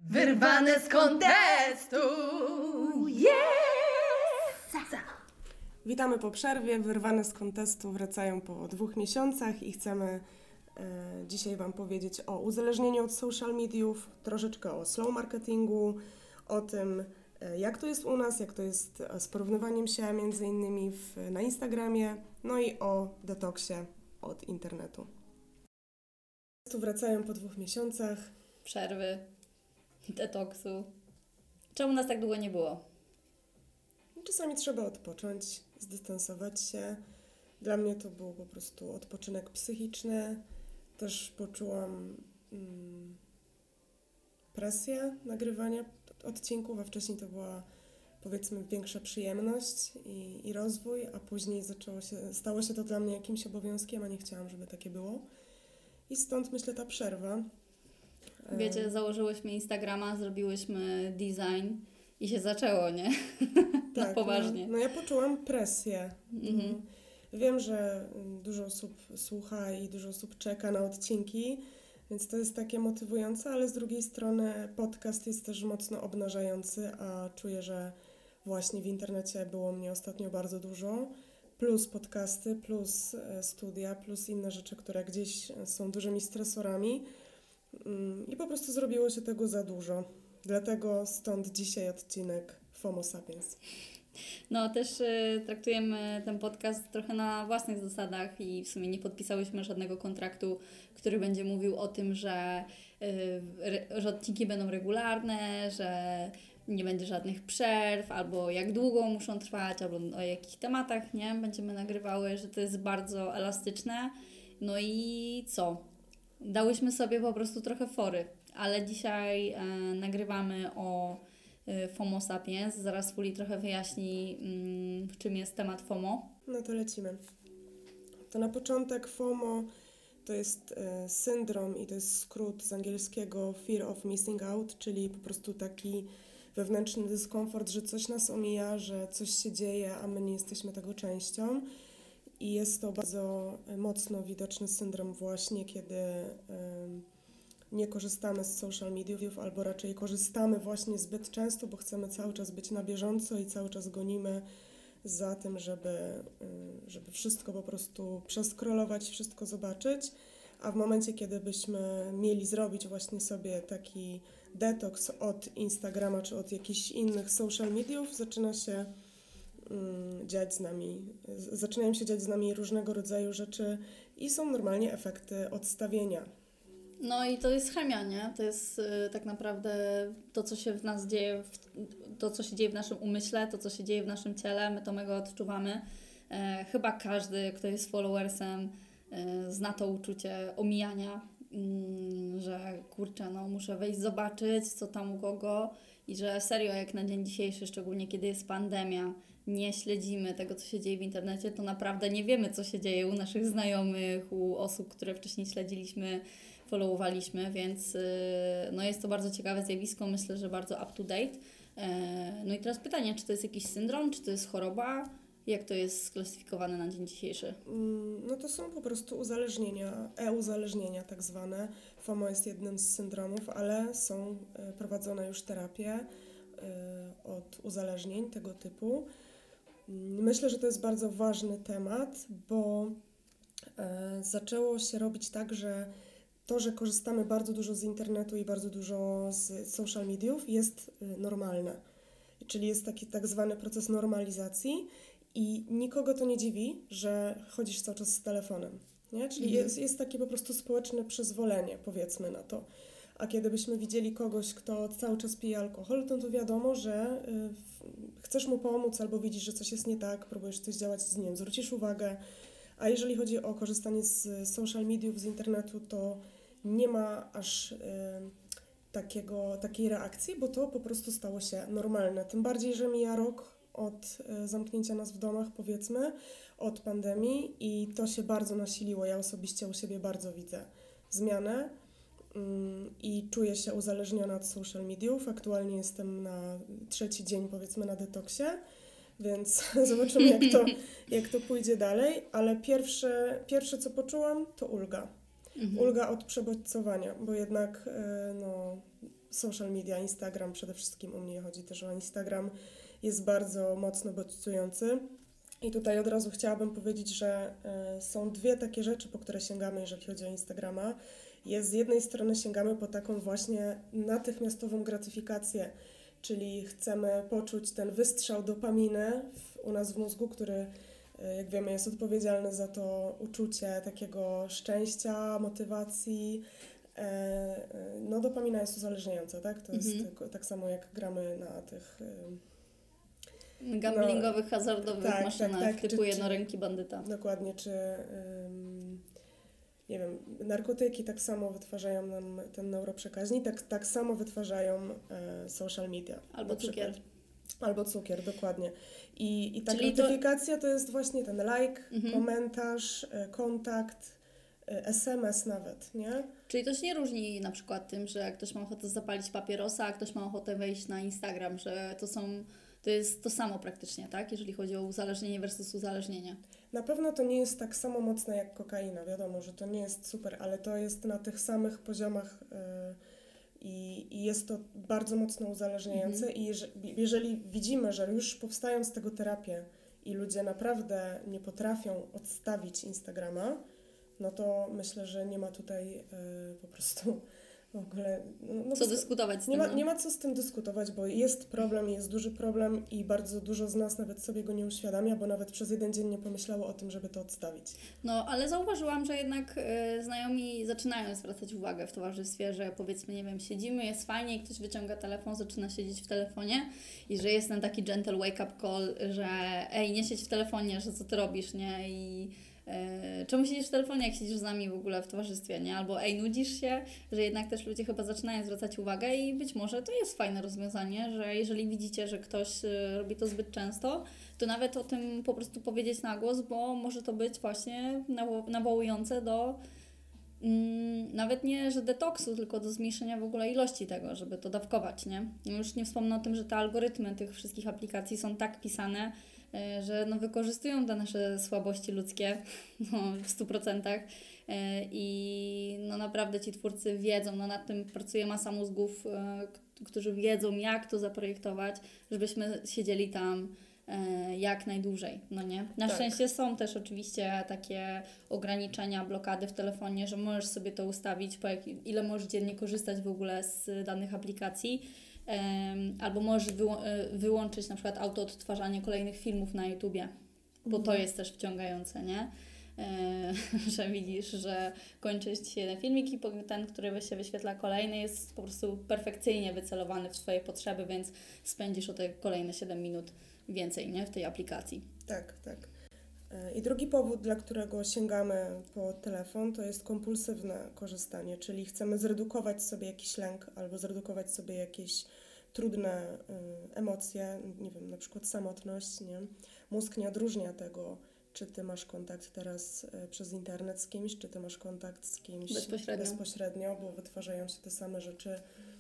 Wyrwane z kontestu! Yes! Witamy po przerwie. Wyrwane z kontestu wracają po 2 miesiącach i chcemy dzisiaj Wam powiedzieć o uzależnieniu od social mediów, troszeczkę o slow marketingu, o tym, jak to jest u nas, jak to jest z porównywaniem się między innymi na Instagramie, no i o detoksie od internetu. Wracają po 2 miesiącach. Przerwy, detoksu. Czemu nas tak długo nie było? Czasami trzeba odpocząć, zdystansować się. Dla mnie to był po prostu odpoczynek psychiczny. Też poczułam presję nagrywania odcinków, a wcześniej to była, powiedzmy, większa przyjemność i rozwój, a później stało się to dla mnie jakimś obowiązkiem, a nie chciałam, żeby takie było. I stąd, myślę, ta przerwa. Wiecie, założyłyśmy Instagrama, zrobiłyśmy design i się zaczęło, nie? Tak, na poważnie. No ja poczułam presję. Wiem, że dużo osób słucha i dużo osób czeka na odcinki, więc to jest takie motywujące, ale z drugiej strony podcast jest też mocno obnażający, a czuję, że właśnie w internecie było mnie ostatnio bardzo dużo, plus podcasty, plus studia, plus inne rzeczy, które gdzieś są dużymi stresorami i po prostu zrobiło się tego za dużo. Dlatego stąd dzisiaj odcinek FOMO Sapiens. No też traktujemy ten podcast trochę na własnych zasadach i w sumie nie podpisałyśmy żadnego kontraktu, który będzie mówił o tym, że odcinki będą regularne, że nie będzie żadnych przerw, albo jak długo muszą trwać, albo o jakich tematach, nie, będziemy nagrywały, że to jest bardzo elastyczne. No i co? Dałyśmy sobie po prostu trochę fory, ale dzisiaj nagrywamy o FOMO Sapiens. Zaraz Fuli trochę wyjaśni, w czym jest temat FOMO. No to lecimy. To na początek FOMO to jest syndrom i to jest skrót z angielskiego Fear of Missing Out, czyli po prostu taki wewnętrzny dyskomfort, że coś nas omija, że coś się dzieje, a my nie jesteśmy tego częścią. I jest to bardzo mocno widoczny syndrom właśnie, kiedy nie korzystamy z social mediów, albo raczej korzystamy właśnie zbyt często, bo chcemy cały czas być na bieżąco i cały czas gonimy za tym, żeby wszystko po prostu przeskrolować, wszystko zobaczyć, a w momencie, kiedy byśmy mieli zrobić właśnie sobie taki detoks od Instagrama czy od jakichś innych social mediów, zaczynają się dziać z nami różnego rodzaju rzeczy i są normalnie efekty odstawienia. No i to jest chemia, nie? To jest tak naprawdę to, co się w nas dzieje, to, co się dzieje w naszym umyśle, to, co się dzieje w naszym ciele, my to mega odczuwamy. Chyba każdy, kto jest followersem, zna to uczucie omijania, że kurczę, no muszę wejść zobaczyć, co tam u kogo i że serio, jak na dzień dzisiejszy, szczególnie kiedy jest pandemia, nie śledzimy tego, co się dzieje w internecie, to naprawdę nie wiemy, co się dzieje u naszych znajomych, u osób, które wcześniej śledziliśmy, followowaliśmy, więc no jest to bardzo ciekawe zjawisko, myślę, że bardzo up to date. No i teraz pytanie, czy to jest jakiś syndrom, czy to jest choroba? Jak to jest sklasyfikowane na dzień dzisiejszy? No to są po prostu uzależnienia, uzależnienia tak zwane. FOMO jest jednym z syndromów, ale są prowadzone już terapie od uzależnień tego typu. Myślę, że to jest bardzo ważny temat, bo zaczęło się robić tak, że to, że korzystamy bardzo dużo z internetu i bardzo dużo z social mediów jest normalne. Czyli jest taki tak zwany proces normalizacji i nikogo to nie dziwi, że chodzisz cały czas z telefonem. Nie? Czyli jest takie po prostu społeczne przyzwolenie, powiedzmy na to. A kiedy byśmy widzieli kogoś, kto cały czas pije alkohol, to wiadomo, że chcesz mu pomóc albo widzisz, że coś jest nie tak, próbujesz coś działać z nim, zwrócisz uwagę. A jeżeli chodzi o korzystanie z social mediów, z internetu, to nie ma aż takiej reakcji, bo to po prostu stało się normalne. Tym bardziej, że mija rok od zamknięcia nas w domach, powiedzmy, od pandemii i to się bardzo nasiliło. Ja osobiście u siebie bardzo widzę zmianę i czuję się uzależniona od social mediów. Aktualnie jestem na 3. dzień, powiedzmy, na detoksie, więc zobaczymy, jak to pójdzie dalej, ale pierwsze co poczułam, to ulga. Ulga od przebodźcowania, bo jednak social media, Instagram przede wszystkim, u mnie chodzi też o Instagram, jest bardzo mocno bodźcujący. I tutaj od razu chciałabym powiedzieć, że są dwie takie rzeczy, po które sięgamy, jeżeli chodzi o Instagrama. Z jednej strony sięgamy po taką właśnie natychmiastową gratyfikację, czyli chcemy poczuć ten wystrzał dopaminy u nas w mózgu, który, jak wiemy, jest odpowiedzialny za to uczucie takiego szczęścia, motywacji. No, dopamina jest uzależniająca, tak? To jest tak samo jak gramy na tych Gamblingowych, hazardowych tak, maszynach tak, typu jednoręki bandyta. Dokładnie, czy nie wiem, narkotyki tak samo wytwarzają nam ten neuroprzekaźnik, tak samo wytwarzają social media. Albo cukier. Albo cukier, dokładnie. I ta Czyli gratyfikacja to jest właśnie ten like, komentarz, kontakt, SMS nawet, nie? Czyli to się nie różni na przykład tym, że ktoś ma ochotę zapalić papierosa, a ktoś ma ochotę wejść na Instagram, że to jest to samo praktycznie, tak? Jeżeli chodzi o uzależnienie versus uzależnienie. Na pewno to nie jest tak samo mocne jak kokaina. Wiadomo, że to nie jest super, ale to jest na tych samych poziomach i jest to bardzo mocno uzależniające. I jeżeli widzimy, że już powstają z tego terapie i ludzie naprawdę nie potrafią odstawić Instagrama, no to myślę, że nie ma tutaj po prostu w ogóle... Co dyskutować z tym? Nie ma co z tym dyskutować, bo jest problem, jest duży problem i bardzo dużo z nas nawet sobie go nie uświadamia, bo nawet przez jeden dzień nie pomyślało o tym, żeby to odstawić. No, ale zauważyłam, że jednak znajomi zaczynają zwracać uwagę w towarzystwie, że powiedzmy, nie wiem, siedzimy, jest fajnie i ktoś wyciąga telefon, zaczyna siedzieć w telefonie i że jest ten taki gentle wake-up call, że ej, nie siedź w telefonie, że co ty robisz, nie? I czemu siedzisz w telefonie, jak siedzisz z nami w ogóle w towarzystwie, nie? Albo ej, nudzisz się, że jednak też ludzie chyba zaczynają zwracać uwagę i być może to jest fajne rozwiązanie, że jeżeli widzicie, że ktoś robi to zbyt często, to nawet o tym po prostu powiedzieć na głos, bo może to być właśnie nawołujące do nawet nie, że detoksu, tylko do zmniejszenia w ogóle ilości tego, żeby to dawkować, nie? Już nie wspomnę o tym, że te algorytmy tych wszystkich aplikacji są tak pisane, że no wykorzystują te nasze słabości ludzkie w 100% i no naprawdę ci twórcy wiedzą, no nad tym pracuje masa mózgów, którzy wiedzą, jak to zaprojektować, żebyśmy siedzieli tam jak najdłużej, no nie? Na szczęście są też oczywiście takie ograniczenia, blokady w telefonie, że możesz sobie to ustawić, ile możesz dziennie korzystać w ogóle z danych aplikacji, albo możesz wyłączyć na przykład autoodtwarzanie kolejnych filmów na YouTubie, bo to jest też wciągające, nie? Że widzisz, że kończy się jeden filmik i ten, który się wyświetla kolejny, jest po prostu perfekcyjnie wycelowany w Twoje potrzeby, więc spędzisz o te kolejne 7 minut więcej, nie? W tej aplikacji. Tak, tak. I drugi powód, dla którego sięgamy po telefon, to jest kompulsywne korzystanie, czyli chcemy zredukować sobie jakiś lęk albo zredukować sobie jakieś trudne emocje, nie wiem, na przykład samotność, nie? Mózg nie odróżnia tego, czy ty masz kontakt teraz przez internet z kimś, czy ty masz kontakt z kimś bezpośrednio, bo wytwarzają się te same rzeczy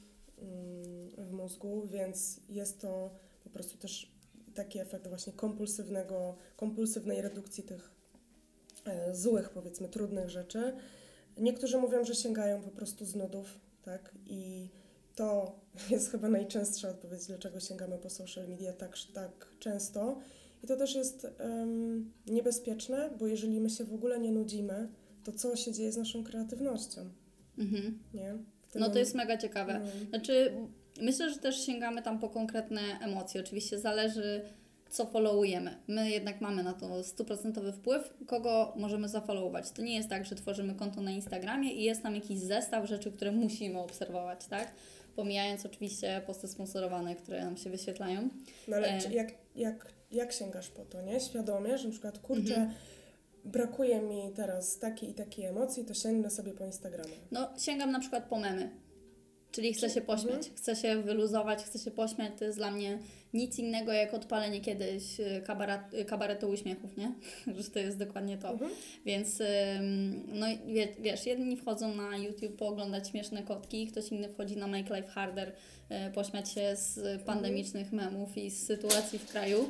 w mózgu, więc jest to po prostu też taki efekt właśnie kompulsywnej redukcji tych złych, powiedzmy, trudnych rzeczy. Niektórzy mówią, że sięgają po prostu z nudów, tak? I to jest chyba najczęstsza odpowiedź, dlaczego sięgamy po social media tak często. I to też jest niebezpieczne, bo jeżeli my się w ogóle nie nudzimy, to co się dzieje z naszą kreatywnością? Nie? No to jest mega ciekawe. Znaczy, myślę, że też sięgamy tam po konkretne emocje. Oczywiście zależy, co followujemy. My jednak mamy na to 100% wpływ, kogo możemy zafollowować. To nie jest tak, że tworzymy konto na Instagramie i jest tam jakiś zestaw rzeczy, które musimy obserwować, tak? Pomijając oczywiście posty sponsorowane, które nam się wyświetlają. No ale jak sięgasz po to, nie? Świadomie, że na przykład, kurczę, brakuje mi teraz takiej i takiej emocji, to sięgnę sobie po Instagramie. No, sięgam na przykład po memy. Czyli chcę się pośmiać, chcę się wyluzować, chcę się pośmiać. To jest dla mnie nic innego jak odpalenie kiedyś kabaretu uśmiechów, nie? Że to jest dokładnie to. Więc no wiesz, jedni wchodzą na YouTube pooglądać śmieszne kotki, ktoś inny wchodzi na Make Life Harder, pośmiać się z pandemicznych memów i z sytuacji w kraju.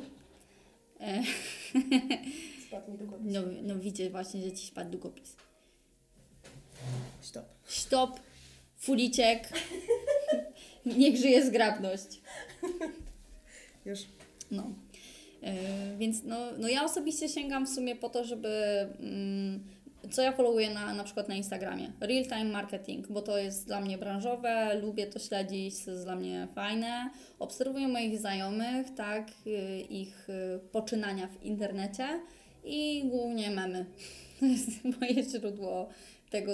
Spadł mi długopis. No widzicie właśnie, że Ci spadł długopis. Stop. Stop! Fuliciek. Niech żyje zgrabność. Już. No. Więc no ja osobiście sięgam w sumie po to, żeby co ja followuję na przykład na Instagramie. Real time marketing, bo to jest dla mnie branżowe, lubię to śledzić, to jest dla mnie fajne. Obserwuję moich znajomych, tak, ich poczynania w internecie i głównie memy. To jest moje źródło tego,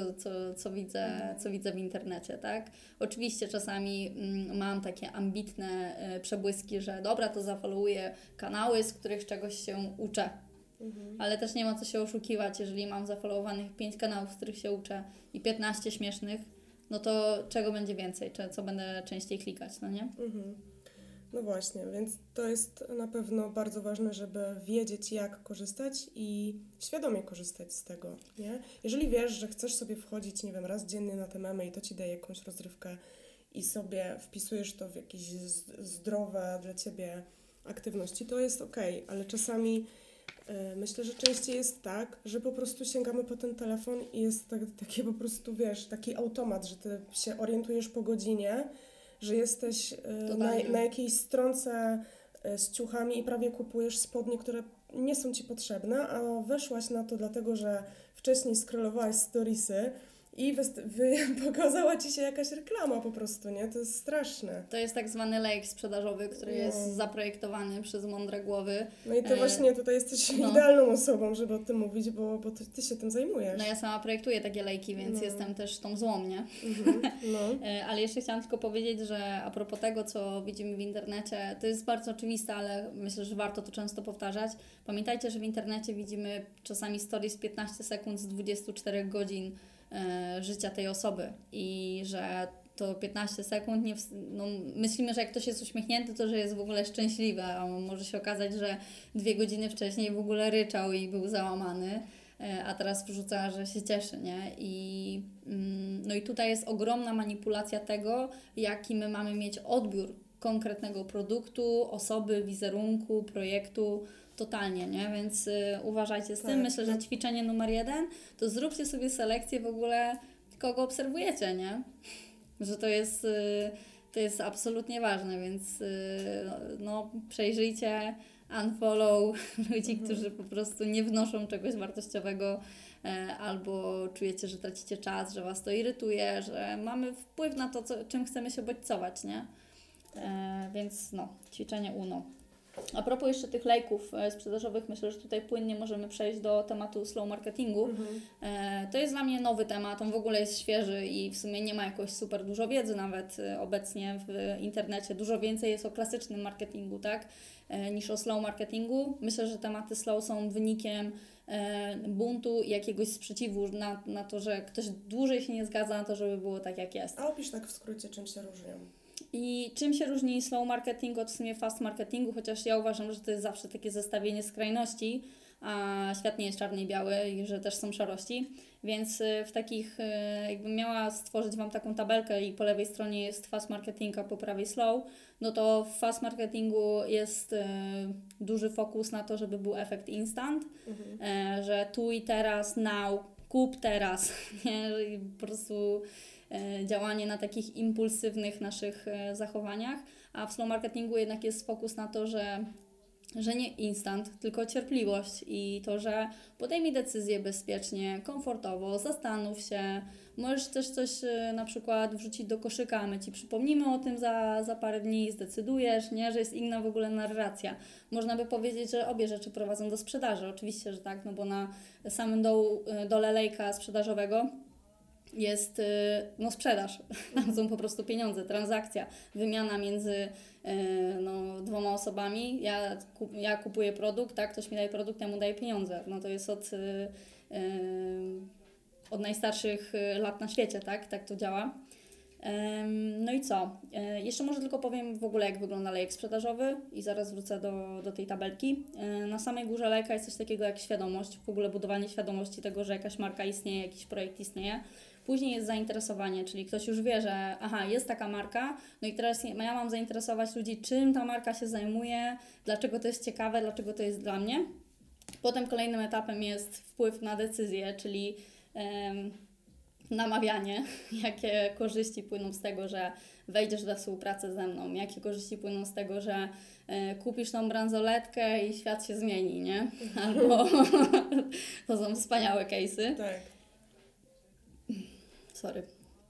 co widzę w internecie, tak? Oczywiście czasami mam takie ambitne przebłyski, że dobra, to zafollowuję kanały, z których czegoś się uczę. Ale też nie ma co się oszukiwać, jeżeli mam zafollowowanych 5 kanałów, z których się uczę i 15 śmiesznych, no to czego będzie więcej, co będę częściej klikać, no nie? No właśnie, więc to jest na pewno bardzo ważne, żeby wiedzieć, jak korzystać i świadomie korzystać z tego, nie? Jeżeli wiesz, że chcesz sobie wchodzić, nie wiem, raz dziennie na te memy i to Ci daje jakąś rozrywkę i sobie wpisujesz to w jakieś zdrowe dla Ciebie aktywności, to jest okej, ale czasami myślę, że częściej jest tak, że po prostu sięgamy po ten telefon i jest takie po prostu, wiesz, taki automat, że Ty się orientujesz po godzinie, że jesteś na jakiejś stronce z ciuchami i prawie kupujesz spodnie, które nie są Ci potrzebne, a weszłaś na to dlatego, że wcześniej scrollowałaś storiesy i pokazała Ci się jakaś reklama po prostu, nie? To jest straszne. To jest tak zwany lejek sprzedażowy, który jest zaprojektowany przez mądre głowy. No i to właśnie tutaj jesteś idealną osobą, żeby o tym mówić, bo ty się tym zajmujesz. No ja sama projektuję takie lejki, więc jestem też tą złą, nie? Ale jeszcze chciałam tylko powiedzieć, że a propos tego, co widzimy w internecie, to jest bardzo oczywiste, ale myślę, że warto to często powtarzać. Pamiętajcie, że w internecie widzimy czasami stories 15 sekund z 24 godzin życia tej osoby i że to 15 sekund, myślimy, że jak ktoś jest uśmiechnięty, to że jest w ogóle szczęśliwy, a może się okazać, że 2 godziny wcześniej w ogóle ryczał i był załamany, a teraz wrzuca, że się cieszy, nie? No i tutaj jest ogromna manipulacja tego, jaki my mamy mieć odbiór konkretnego produktu, osoby, wizerunku, projektu, totalnie, nie? Więc uważajcie z tym. Myślę, że ćwiczenie numer 1 to zróbcie sobie selekcję w ogóle, kogo obserwujecie, nie? Że to jest absolutnie ważne, więc przejrzyjcie, unfollow ludzi, którzy po prostu nie wnoszą czegoś wartościowego albo czujecie, że tracicie czas, że Was to irytuje, że mamy wpływ na to, czym chcemy się bodźcować, nie? Więc ćwiczenie UNO. A propos jeszcze tych lejków sprzedażowych, myślę, że tutaj płynnie możemy przejść do tematu slow marketingu. To jest dla mnie nowy temat, on w ogóle jest świeży i w sumie nie ma jakoś super dużo wiedzy nawet obecnie w internecie. Dużo więcej jest o klasycznym marketingu, tak, niż o slow marketingu. Myślę, że tematy slow są wynikiem buntu i jakiegoś sprzeciwu na to, że ktoś dłużej się nie zgadza na to, żeby było tak, jak jest. A opisz tak w skrócie, czym się różnią. I czym się różni slow marketing od w sumie fast marketingu, chociaż ja uważam, że to jest zawsze takie zestawienie skrajności, a świat nie jest czarny i biały i że też są szarości, więc w takich, jakbym miała stworzyć Wam taką tabelkę i po lewej stronie jest fast marketing, a po prawej slow, no to w fast marketingu jest duży fokus na to, żeby był efekt instant, że tu i teraz, now, kup teraz, nie? Po prostu działanie na takich impulsywnych naszych zachowaniach, a w slow marketingu jednak jest fokus na to, że nie instant, tylko cierpliwość i to, że podejmij decyzję bezpiecznie, komfortowo, zastanów się, możesz też coś na przykład wrzucić do koszyka, a my Ci przypomnimy o tym za parę dni, zdecydujesz, nie, że jest inna w ogóle narracja. Można by powiedzieć, że obie rzeczy prowadzą do sprzedaży, oczywiście, że tak, no bo na samym dole lejka sprzedażowego jest sprzedaż, tam są po prostu pieniądze, transakcja, wymiana między dwoma osobami, ja kupuję produkt, tak, ktoś mi daje produkt, ja mu daję pieniądze, no to jest od najstarszych lat na świecie, tak to działa. No i co? Jeszcze może tylko powiem w ogóle, jak wygląda lejek sprzedażowy i zaraz wrócę do tej tabelki. Na samej górze lejka jest coś takiego jak świadomość, w ogóle budowanie świadomości tego, że jakaś marka istnieje, jakiś projekt istnieje. Później jest zainteresowanie, czyli ktoś już wie, że jest taka marka, no i teraz ja mam zainteresować ludzi, czym ta marka się zajmuje, dlaczego to jest ciekawe, dlaczego to jest dla mnie. Potem kolejnym etapem jest wpływ na decyzję, czyli namawianie, jakie korzyści płyną z tego, że wejdziesz we współpracę ze mną, jakie korzyści płyną z tego, że kupisz tą bransoletkę i świat się zmieni, nie? Albo to są wspaniałe case'y. Tak. Sorry.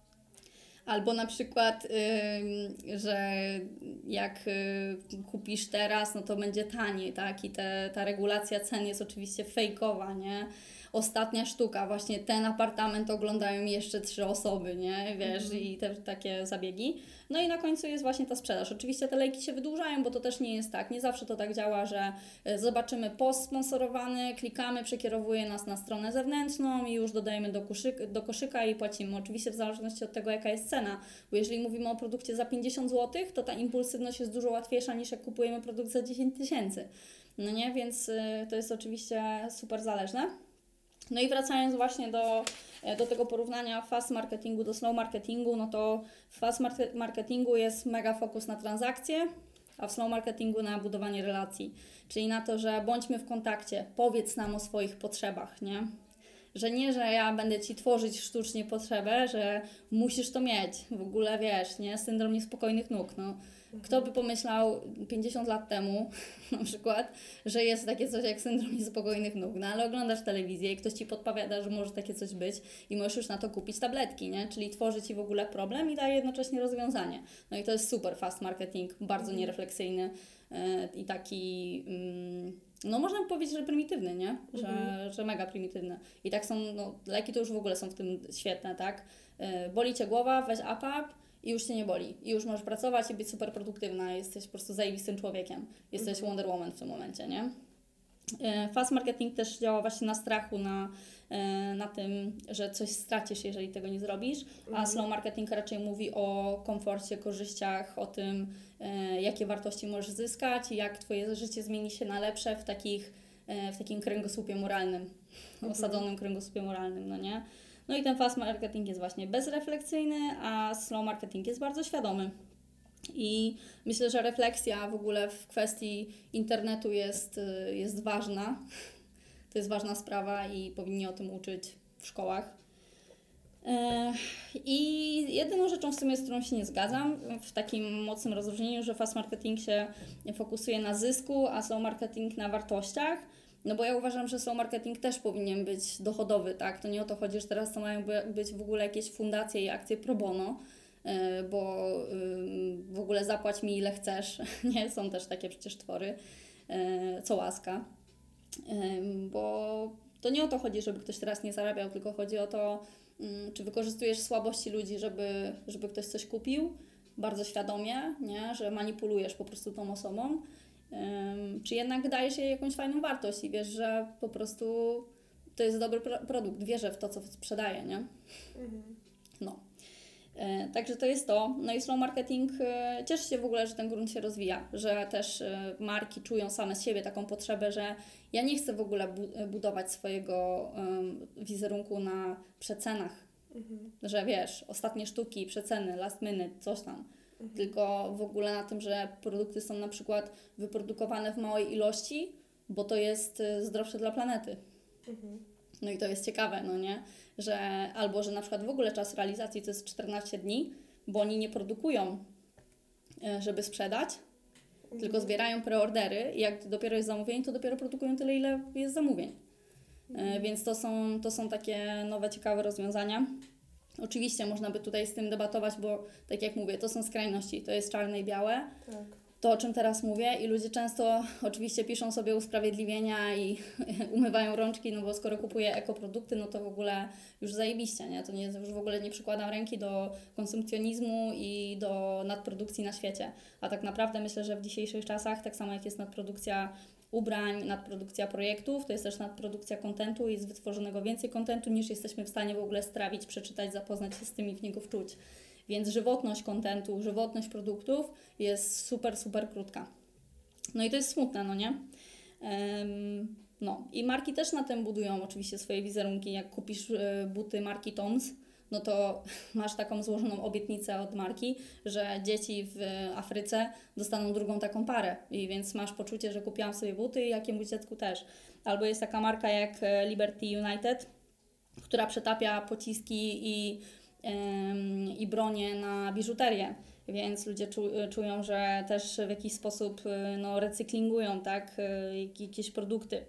Albo na przykład, że jak kupisz teraz, no to będzie taniej, tak? I ta regulacja cen jest oczywiście fejkowa, nie? Ostatnia sztuka, właśnie ten apartament oglądają jeszcze 3 osoby, nie? Wiesz, i te takie zabiegi. No i na końcu jest właśnie ta sprzedaż. Oczywiście te lejki się wydłużają, bo to też nie jest tak. Nie zawsze to tak działa, że zobaczymy post sponsorowany, klikamy, przekierowuje nas na stronę zewnętrzną i już dodajemy do koszyka i płacimy. Oczywiście w zależności od tego, jaka jest cena, bo jeżeli mówimy o produkcie za 50 zł, to ta impulsywność jest dużo łatwiejsza niż jak kupujemy produkt za 10 000. No nie, więc to jest oczywiście super zależne. No i wracając właśnie do tego porównania fast marketingu do slow marketingu, no to w fast marketingu jest mega fokus na transakcje, a w slow marketingu na budowanie relacji. Czyli na to, że bądźmy w kontakcie, powiedz nam o swoich potrzebach, nie? Że nie, że ja będę Ci tworzyć sztucznie potrzebę, że musisz to mieć. W ogóle wiesz, nie? Syndrom niespokojnych nóg, no. Kto by pomyślał 50 lat temu na przykład, że jest takie coś jak syndrom niespokojnych nóg, no ale oglądasz telewizję i ktoś Ci podpowiada, że może takie coś być i możesz już na to kupić tabletki, nie? Czyli tworzy Ci w ogóle problem i daje jednocześnie rozwiązanie. No i to jest super fast marketing, bardzo nierefleksyjny i taki, no można by powiedzieć, że prymitywny, nie? Że mega prymitywny. I tak są, no leki to już w ogóle są w tym świetne, tak? Boli Cię głowa, weź APAP, i już Cię nie boli. I już możesz pracować i być super produktywna. Jesteś po prostu zajebistym człowiekiem. Jesteś Wonder Woman w tym momencie, nie? Fast marketing też działa właśnie na strachu, na tym, że coś stracisz, jeżeli tego nie zrobisz, a slow marketing raczej mówi o komforcie, korzyściach, o tym, jakie wartości możesz zyskać i jak Twoje życie zmieni się na lepsze w takim kręgosłupie moralnym, osadzonym kręgosłupie moralnym, no nie? No i ten fast marketing jest właśnie bezrefleksyjny, a slow marketing jest bardzo świadomy. I myślę, że refleksja w ogóle w kwestii internetu jest ważna. To jest ważna sprawa i powinni o tym uczyć w szkołach. I jedyną rzeczą w sumie, z którą się nie zgadzam, w takim mocnym rozróżnieniu, że fast marketing się fokusuje na zysku, a slow marketing na wartościach. No bo ja uważam, że slow marketing też powinien być dochodowy, tak? To nie o to chodzi, że teraz to mają być w ogóle jakieś fundacje i akcje pro bono, bo w ogóle zapłać mi ile chcesz, nie? Są też takie przecież twory, co łaska, bo to nie o to chodzi, żeby ktoś teraz nie zarabiał, tylko chodzi o to, czy wykorzystujesz słabości ludzi, żeby ktoś coś kupił, bardzo świadomie, nie? Że manipulujesz po prostu tą osobą, czy jednak dajesz jej jakąś fajną wartość i wiesz, że po prostu to jest dobry produkt, wierzę w to, co sprzedaje, nie? No. Także to jest to. No i slow marketing, cieszę się w ogóle, że ten grunt się rozwija, że też marki czują same z siebie taką potrzebę, że ja nie chcę w ogóle budować swojego wizerunku na przecenach, że wiesz, ostatnie sztuki, przeceny, last minute, coś tam. Tylko w ogóle na tym, że produkty są na przykład wyprodukowane w małej ilości, bo to jest zdrowsze dla planety. No i to jest ciekawe, no nie? Że albo, że na przykład w ogóle czas realizacji to jest 14 dni, bo oni nie produkują, żeby sprzedać, tylko zbierają preordery i jak dopiero jest zamówienie, to dopiero produkują tyle, ile jest zamówień. Więc to są takie nowe, ciekawe rozwiązania. Oczywiście można by tutaj z tym debatować, bo tak jak mówię, to są skrajności, to jest czarne i białe. Tak. To, o czym teraz mówię i ludzie często oczywiście piszą sobie usprawiedliwienia i umywają rączki, no bo skoro kupuję ekoprodukty, no to w ogóle już zajebiście, nie? To nie, już w ogóle nie przykładam ręki do konsumpcjonizmu i do nadprodukcji na świecie. A tak naprawdę myślę, że w dzisiejszych czasach, tak samo jak jest nadprodukcja ubrań, nadprodukcja projektów, to jest też nadprodukcja kontentu i jest wytworzonego więcej kontentu niż jesteśmy w stanie w ogóle strawić, przeczytać, zapoznać się z tym i w niego wczuć. Więc żywotność kontentu, żywotność produktów jest super, super krótka. No i to jest smutne, no nie? No i marki też na tym budują oczywiście swoje wizerunki. Jak kupisz buty marki Toms, no to masz taką złożoną obietnicę od marki, że dzieci w Afryce dostaną drugą taką parę. I więc masz poczucie, że kupiłam sobie buty i jakiemuś dziecku też. Albo jest taka marka jak Liberty United, która przetapia pociski i bronie na biżuterię. Więc ludzie czują, że też w jakiś sposób no, recyklingują, tak, jakieś produkty.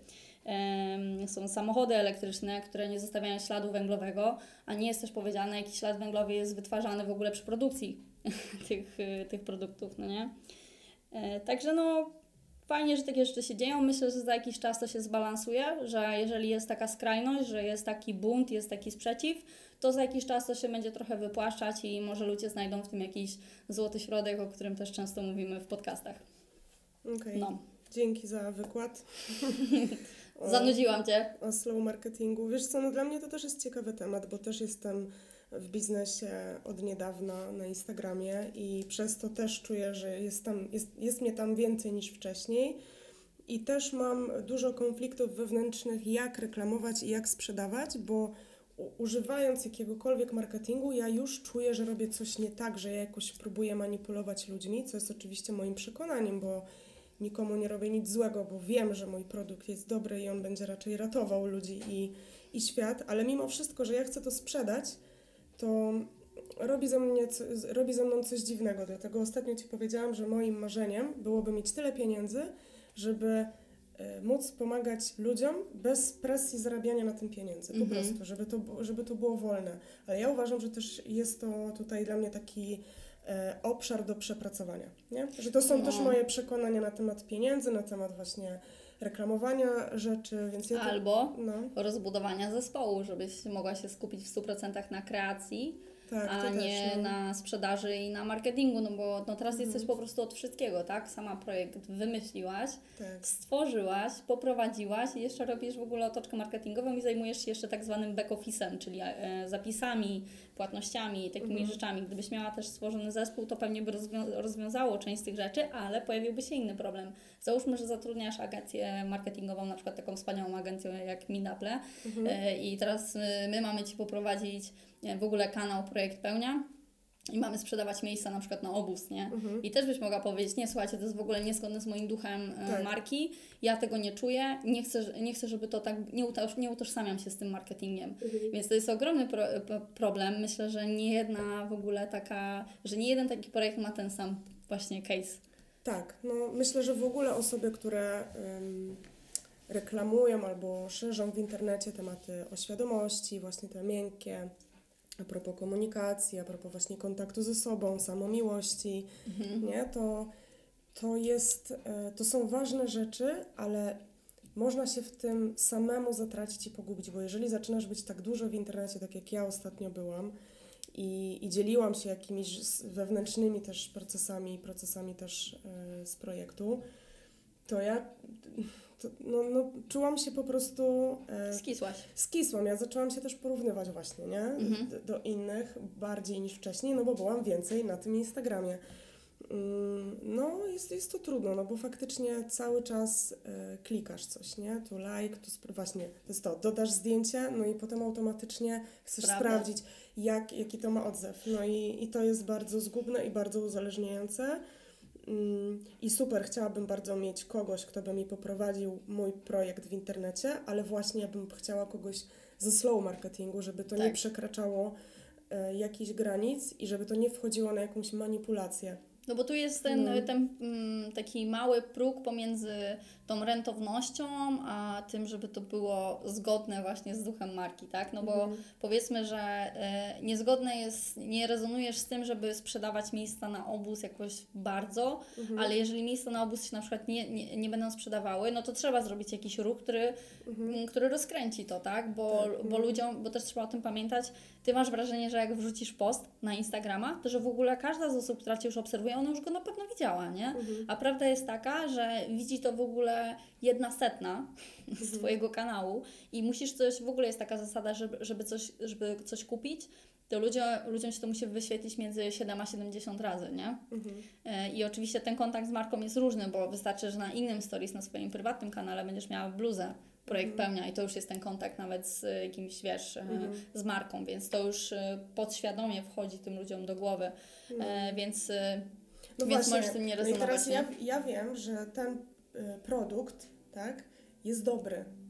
Są samochody elektryczne, które nie zostawiają śladu węglowego, a nie jest też powiedziane, jaki ślad węglowy jest wytwarzany w ogóle przy produkcji tych produktów, no nie? Także no fajnie, że takie rzeczy się dzieją. Myślę, że za jakiś czas to się zbalansuje, że jeżeli jest taka skrajność, że jest taki bunt, jest taki sprzeciw, to za jakiś czas to się będzie trochę wypłaszczać i może ludzie znajdą w tym jakiś złoty środek, o którym też często mówimy w podcastach. Okej. No. Dzięki za wykład. Zanudziłam Cię. O slow marketingu. Wiesz co, no dla mnie to też jest ciekawy temat, bo też jestem w biznesie od niedawna na Instagramie i przez to też czuję, że jest mnie tam więcej niż wcześniej i też mam dużo konfliktów wewnętrznych, jak reklamować i jak sprzedawać, bo używając jakiegokolwiek marketingu, ja już czuję, że robię coś nie tak, że ja jakoś próbuję manipulować ludźmi, co jest oczywiście moim przekonaniem, bo nikomu nie robię nic złego, bo wiem, że mój produkt jest dobry i on będzie raczej ratował ludzi i świat, ale mimo wszystko, że ja chcę to sprzedać, to robi ze mną coś dziwnego. Dlatego ostatnio Ci powiedziałam, że moim marzeniem byłoby mieć tyle pieniędzy, żeby móc pomagać ludziom bez presji zarabiania na tym pieniędzy. Po prostu, żeby to było wolne. Ale ja uważam, że też jest to tutaj dla mnie taki obszar do przepracowania, nie? Że to są też moje przekonania na temat pieniędzy, na temat właśnie reklamowania rzeczy, więc ja Albo rozbudowania zespołu, żebyś mogła się skupić w 100% na kreacji, tak, a nie też, na sprzedaży i na marketingu, no bo no teraz jesteś po prostu od wszystkiego, tak? Sama projekt wymyśliłaś, tak. stworzyłaś, poprowadziłaś i jeszcze robisz w ogóle otoczkę marketingową i zajmujesz się jeszcze tak zwanym back office'em, czyli zapisami, płatnościami, takimi rzeczami. Gdybyś miała też stworzony zespół, to pewnie by rozwiązało część z tych rzeczy, ale pojawiłby się inny problem. Załóżmy, że zatrudniasz agencję marketingową, na przykład taką wspaniałą agencję jak Minaple i teraz my mamy Ci poprowadzić w ogóle kanał Projekt Pełnia i mamy sprzedawać miejsca na przykład na obóz, nie? I też byś mogła powiedzieć, nie, słuchajcie, to jest w ogóle niezgodne z moim duchem marki, ja tego nie czuję, nie chcę, żeby to tak, nie utożsamiam się z tym marketingiem. Więc to jest ogromny problem. Myślę, że nie jeden taki projekt ma ten sam właśnie case. Tak, no myślę, że w ogóle osoby, które reklamują albo szerzą w internecie tematy o świadomości, właśnie te miękkie, a propos komunikacji, a propos właśnie kontaktu ze sobą, samomiłości, nie? To są ważne rzeczy, ale można się w tym samemu zatracić i pogubić, bo jeżeli zaczynasz być tak dużo w internecie, tak jak ja ostatnio byłam i dzieliłam się jakimiś wewnętrznymi też procesami też z projektu, to ja czułam się po prostu... Skisłam. Ja zaczęłam się też porównywać właśnie, nie? Do innych bardziej niż wcześniej, no bo byłam więcej na tym Instagramie. No jest to trudno, no bo faktycznie cały czas klikasz coś, nie? Tu like, właśnie, to jest to, dodasz zdjęcie, no i potem automatycznie chcesz sprawdzić, jaki to ma odzew. No i to jest bardzo zgubne i bardzo uzależniające. I super, chciałabym bardzo mieć kogoś, kto by mi poprowadził mój projekt w internecie, ale właśnie ja bym chciała kogoś ze slow marketingu, żeby to nie przekraczało jakichś granic i żeby to nie wchodziło na jakąś manipulację. No bo tu jest ten taki mały próg pomiędzy tą rentownością, a tym, żeby to było zgodne właśnie z duchem marki, tak? No bo powiedzmy, że niezgodne jest, nie rezonujesz z tym, żeby sprzedawać miejsca na obóz jakoś bardzo, ale jeżeli miejsca na obóz się na przykład nie będą sprzedawały, no to trzeba zrobić jakiś ruch, który rozkręci to, tak? Bo ludziom, bo też trzeba o tym pamiętać, Ty masz wrażenie, że jak wrzucisz post na Instagrama, to że w ogóle każda z osób, która Cię już obserwuje, ona już go na pewno widziała, nie? A prawda jest taka, że widzi to w ogóle 1/100 z Twojego kanału i musisz coś, w ogóle jest taka zasada, żeby coś kupić, to ludziom się to musi wyświetlić między 7 a 70 razy, nie? I oczywiście ten kontakt z marką jest różny, bo wystarczy, że na innym stories, na swoim prywatnym kanale będziesz miała bluzę Projekt Pełnia i to już jest ten kontakt nawet z jakimś, wiesz, z marką, więc to już podświadomie wchodzi tym ludziom do głowy, więc możesz z tym nie rezonować. No i teraz ja wiem, że ten produkt, tak, jest dobry,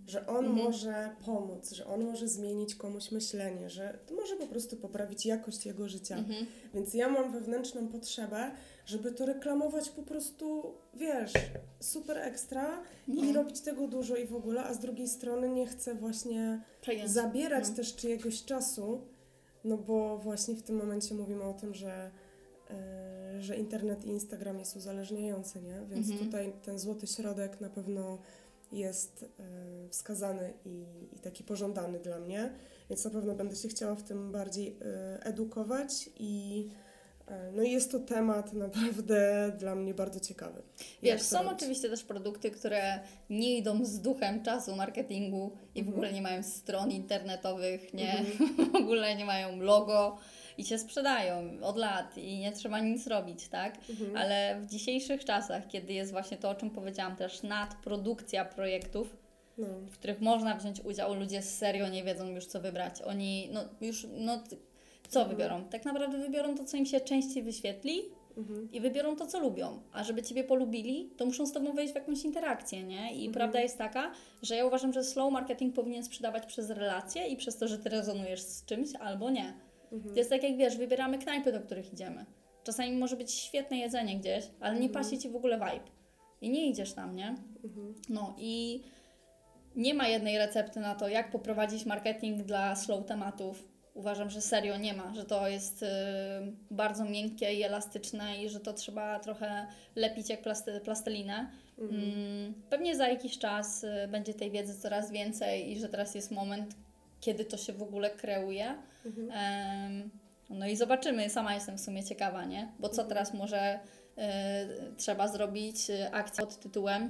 że on może pomóc, że on może zmienić komuś myślenie, że to może po prostu poprawić jakość jego życia. Więc ja mam wewnętrzną potrzebę, żeby to reklamować po prostu, wiesz, super ekstra i robić tego dużo i w ogóle, a z drugiej strony nie chcę właśnie zabierać też czyjegoś czasu, no bo właśnie w tym momencie mówimy o tym, że internet i Instagram jest uzależniający, nie? Więc tutaj ten złoty środek na pewno jest wskazany i taki pożądany dla mnie, więc na pewno będę się chciała w tym bardziej edukować i no i jest to temat naprawdę dla mnie bardzo ciekawy. Wiesz, są oczywiście też produkty, które nie idą z duchem czasu marketingu i w ogóle nie mają stron internetowych, nie? W ogóle nie mają logo i się sprzedają od lat i nie trzeba nic robić, tak? Ale w dzisiejszych czasach, kiedy jest właśnie to, o czym powiedziałam też, nadprodukcja projektów, w których można wziąć udział, ludzie serio nie wiedzą już, co wybrać. Oni co wybiorą? Tak naprawdę wybiorą to, co im się częściej wyświetli i wybiorą to, co lubią. A żeby Ciebie polubili, to muszą z Tobą wejść w jakąś interakcję, nie? I prawda jest taka, że ja uważam, że slow marketing powinien sprzedawać przez relacje i przez to, że Ty rezonujesz z czymś albo nie. To jest tak jak, wiesz, wybieramy knajpy, do których idziemy. Czasami może być świetne jedzenie gdzieś, ale nie pasi Ci w ogóle vibe. I nie idziesz tam, nie? No i nie ma jednej recepty na to, jak poprowadzić marketing dla slow tematów. Uważam, że serio nie ma, że to jest bardzo miękkie i elastyczne i że to trzeba trochę lepić jak plastelinę. Pewnie za jakiś czas będzie tej wiedzy coraz więcej i że teraz jest moment, kiedy to się w ogóle kreuje. No i zobaczymy, sama jestem w sumie ciekawa, nie? Bo co teraz może trzeba zrobić akcję pod tytułem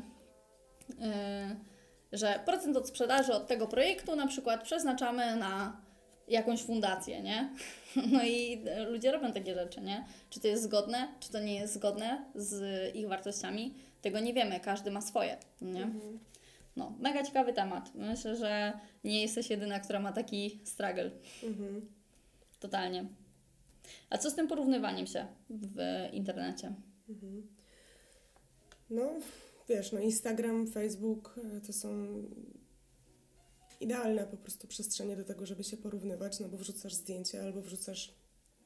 że procent od sprzedaży od tego projektu na przykład przeznaczamy na jakąś fundację, nie? No i ludzie robią takie rzeczy, nie? Czy to jest zgodne, czy to nie jest zgodne z ich wartościami? Tego nie wiemy, każdy ma swoje, nie? No, mega ciekawy temat. Myślę, że nie jesteś jedyna, która ma taki struggle. Totalnie. A co z tym porównywaniem się w internecie? No, wiesz, no Instagram, Facebook to są idealne po prostu przestrzenie do tego, żeby się porównywać, no bo wrzucasz zdjęcie albo wrzucasz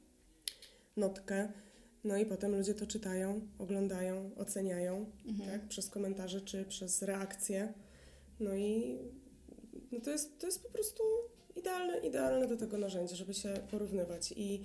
notkę, no i potem ludzie to czytają, oglądają, oceniają, tak, przez komentarze czy przez reakcje. No i no to jest po prostu idealne do tego narzędzie, żeby się porównywać i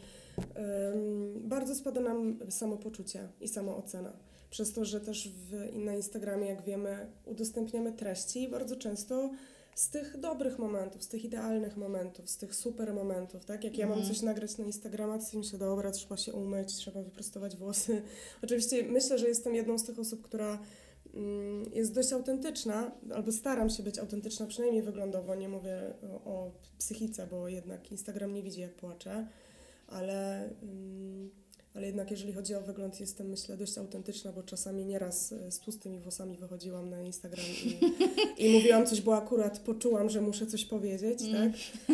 bardzo spada nam samopoczucie i samoocena. Przez to, że też na Instagramie, jak wiemy, udostępniamy treści bardzo często z tych dobrych momentów, z tych idealnych momentów, z tych super momentów, tak? Jak ja mam coś nagrać na Instagrama, to myślę, dobra, trzeba się umyć, trzeba wyprostować włosy. Oczywiście myślę, że jestem jedną z tych osób, która jest dość autentyczna, albo staram się być autentyczna, przynajmniej wyglądowo, nie mówię o psychice, bo jednak Instagram nie widzi, jak płaczę, ale jednak jeżeli chodzi o wygląd, jestem, myślę, dość autentyczna, bo czasami nieraz z tłustymi włosami wychodziłam na Instagram i mówiłam coś, bo akurat poczułam, że muszę coś powiedzieć, tak?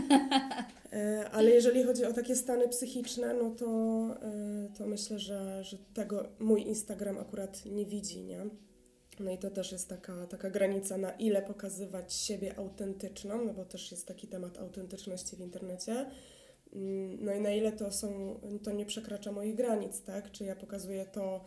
Ale jeżeli chodzi o takie stany psychiczne, no to myślę, że tego mój Instagram akurat nie widzi, nie? No i to też jest taka granica, na ile pokazywać siebie autentyczną, no bo też jest taki temat autentyczności w internecie. No i na ile to nie przekracza moich granic, tak? Czy ja pokazuję to,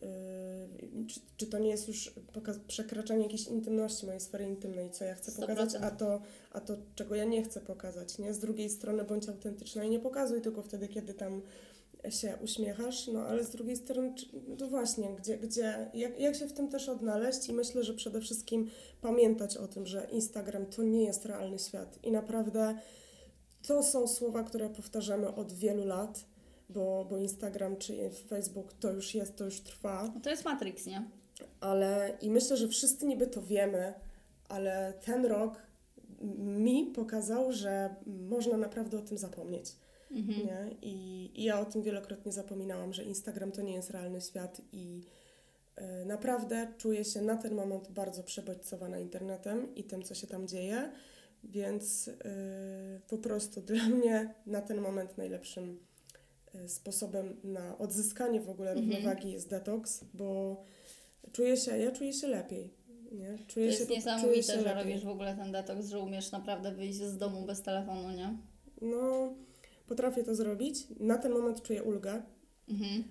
czy to nie jest już przekraczanie jakiejś intymności, mojej sfery intymnej, co ja chcę 100%. pokazać, a to, czego ja nie chcę pokazać, nie? Z drugiej strony bądź autentyczna i nie pokazuj tylko wtedy, kiedy tam się uśmiechasz, no ale z drugiej strony, to właśnie, jak się w tym też odnaleźć i myślę, że przede wszystkim pamiętać o tym, że Instagram to nie jest realny świat i naprawdę to są słowa, które powtarzamy od wielu lat, bo Instagram czy Facebook to już trwa. No to jest Matrix, nie? I myślę, że wszyscy niby to wiemy, ale ten rok mi pokazał, że można naprawdę o tym zapomnieć. Nie? I ja o tym wielokrotnie zapominałam, że Instagram to nie jest realny świat i naprawdę czuję się na ten moment bardzo przebodźcowana internetem i tym, co się tam dzieje, więc po prostu dla mnie na ten moment najlepszym sposobem na odzyskanie w ogóle równowagi jest detoks, bo ja czuję się lepiej. Nie? To Czuję jest czuję niesamowite, się że lepiej. robisz w ogóle ten detoks, że umiesz naprawdę wyjść z domu bez telefonu, nie? No, potrafię to zrobić. Na ten moment czuję ulgę. Mhm.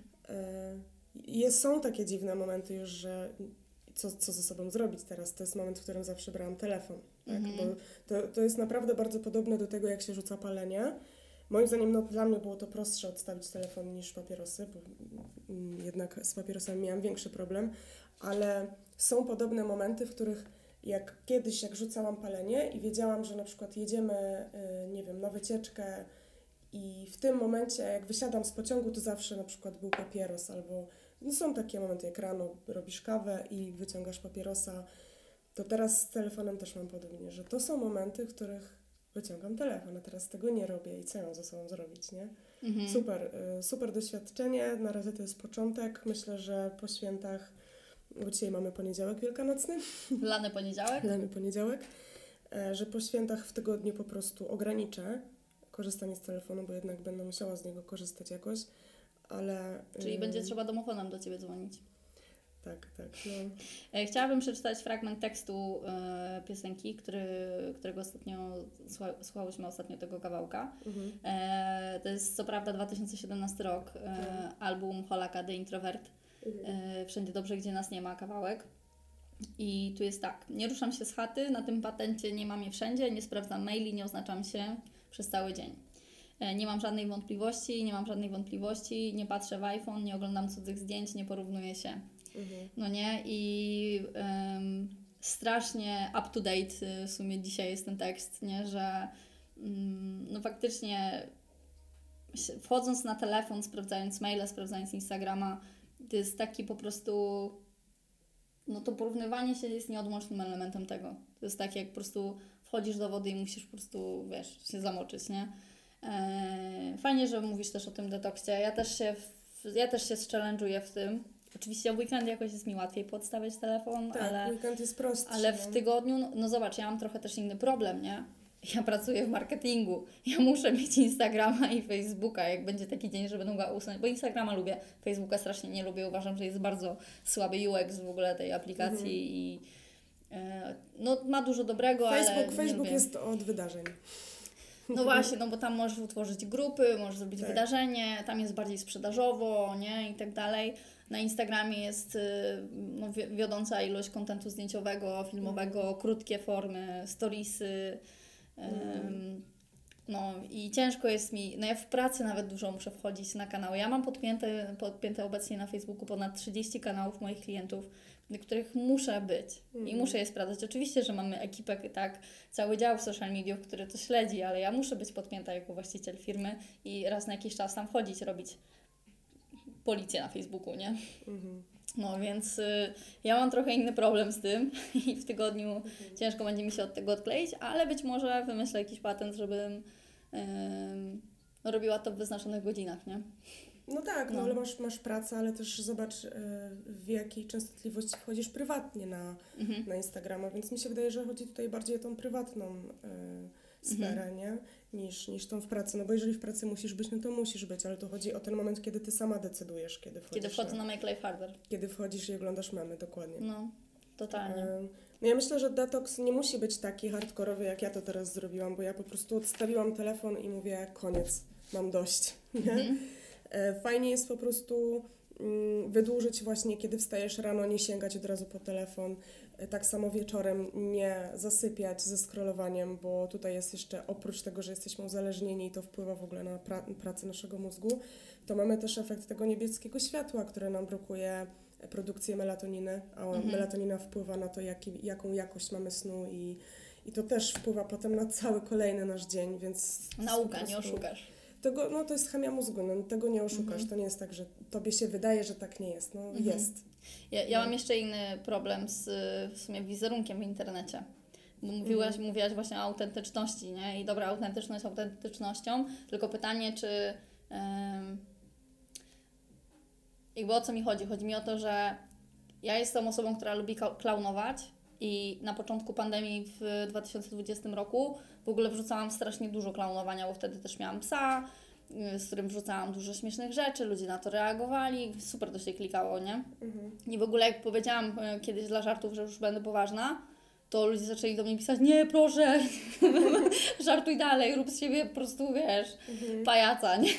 Są takie dziwne momenty już, że co ze sobą zrobić teraz. To jest moment, w którym zawsze brałam telefon. Tak? Bo to jest naprawdę bardzo podobne do tego, jak się rzuca palenie. Moim zdaniem dla mnie było to prostsze odstawić telefon niż papierosy, bo jednak z papierosami miałam większy problem, ale są podobne momenty, w których jak rzucałam palenie i wiedziałam, że na przykład jedziemy, nie wiem, na wycieczkę i w tym momencie, jak wysiadam z pociągu, to zawsze na przykład był papieros albo są takie momenty, jak rano robisz kawę i wyciągasz papierosa, to teraz z telefonem też mam podobnie, że to są momenty, w których wyciągam telefon, a teraz tego nie robię i co ja mam ze sobą zrobić, nie? Super doświadczenie, na razie to jest początek, myślę, że po świętach, bo dzisiaj mamy poniedziałek wielkanocny, Lany poniedziałek? lany poniedziałek, że po świętach w tygodniu po prostu ograniczę korzystanie z telefonu, bo jednak będę musiała z niego korzystać jakoś, ale... Czyli będzie trzeba domofonem do Ciebie dzwonić. Tak, no. Chciałabym przeczytać fragment tekstu piosenki, którego słuchałyśmy ostatnio tego kawałka. To jest co prawda 2017 rok, album Holaka The Introvert. Wszędzie dobrze, gdzie nas nie ma, kawałek. I tu jest tak: nie ruszam się z chaty, na tym patencie nie mam je wszędzie, nie sprawdzam maili, nie oznaczam się przez cały dzień. Nie mam żadnej wątpliwości, nie patrzę w iPhone, nie oglądam cudzych zdjęć, nie porównuję się. No nie? I strasznie up to date w sumie dzisiaj jest ten tekst, nie? Że no faktycznie wchodząc na telefon, sprawdzając maile, sprawdzając Instagrama, to jest taki po prostu, no to porównywanie się jest nieodłącznym elementem tego. To jest tak, jak po prostu wchodzisz do wody i musisz po prostu, wiesz, się zamoczyć, nie? Fajnie, że mówisz też o tym detoksie. Ja też się challenge'uję w tym. Oczywiście w weekend jakoś jest mi łatwiej podstawiać telefon, Tak, weekend jest prostszy. ale w tygodniu, no zobacz, ja mam trochę też inny problem, nie? Ja pracuję w marketingu, ja muszę mieć Instagrama i Facebooka, jak będzie taki dzień, że będę mogła usunąć, bo Instagrama lubię, Facebooka strasznie nie lubię, uważam, że jest bardzo słaby UX w ogóle tej aplikacji i no ma dużo dobrego, ale Facebook lubię. jest od wydarzeń. No właśnie, no bo tam możesz utworzyć grupy, możesz zrobić wydarzenie, tam jest bardziej sprzedażowo, nie, i tak dalej. Na Instagramie jest no, wiodąca ilość kontentu zdjęciowego, filmowego, krótkie formy, storiesy. No i ciężko jest mi, no ja w pracy nawet dużo muszę wchodzić na kanały. Ja mam podpięte obecnie na Facebooku ponad 30 kanałów moich klientów, do których muszę być i muszę je sprawdzać. Oczywiście, że mamy ekipę, tak, cały dział social mediów, który to śledzi, ale ja muszę być podpięta jako właściciel firmy i raz na jakiś czas tam wchodzić, robić policję na Facebooku, nie? No więc ja mam trochę inny problem z tym i w tygodniu ciężko będzie mi się od tego odkleić, ale być może wymyślę jakiś patent, żebym robiła to w wyznaczonych godzinach, nie? No tak, no ale masz pracę, ale też zobacz w jakiej częstotliwości wchodzisz prywatnie na Instagrama, więc mi się wydaje, że chodzi tutaj bardziej o tą prywatną sferę, nie? Niż tą w pracy, no bo jeżeli w pracy musisz być, no to musisz być, ale to chodzi o ten moment, kiedy ty sama decydujesz, kiedy wchodzisz. Kiedy wchodzę na Make Life Harder. Kiedy wchodzisz i oglądasz memy, dokładnie. No, totalnie. No ja myślę, że detoks nie musi być taki hardkorowy, jak ja to teraz zrobiłam, bo ja po prostu odstawiłam telefon i mówię, koniec, mam dość, nie? Fajnie jest po prostu wydłużyć właśnie, kiedy wstajesz rano, nie sięgać od razu po telefon. Tak samo wieczorem nie zasypiać ze scrollowaniem, bo tutaj jest jeszcze, oprócz tego, że jesteśmy uzależnieni i to wpływa w ogóle na pracę naszego mózgu, to mamy też efekt tego niebieskiego światła, które nam blokuje produkcję melatoniny, a melatonina wpływa na to, jaką jakość mamy snu i to też wpływa potem na cały kolejny nasz dzień, więc... Nauka, nie oszukasz. To jest chemia mózgu, no, tego nie oszukasz. To nie jest tak, że tobie się wydaje, że tak nie jest. No jest. Ja mam jeszcze inny problem z w sumie wizerunkiem w internecie. Bo mówiłaś właśnie o autentyczności, nie? I dobra, autentyczność autentycznością, tylko pytanie, czy jakby o co mi chodzi? Chodzi mi o to, że ja jestem osobą, która lubi klaunować i na początku pandemii w 2020 roku w ogóle wrzucałam strasznie dużo klaunowania, bo wtedy też miałam psa z którym wrzucałam dużo śmiesznych rzeczy, ludzie na to reagowali, super to się klikało, nie? I w ogóle jak powiedziałam kiedyś dla żartów, że już będę poważna, to ludzie zaczęli do mnie pisać, nie, proszę, żartuj dalej, rób z siebie po prostu, wiesz, pajaca, nie?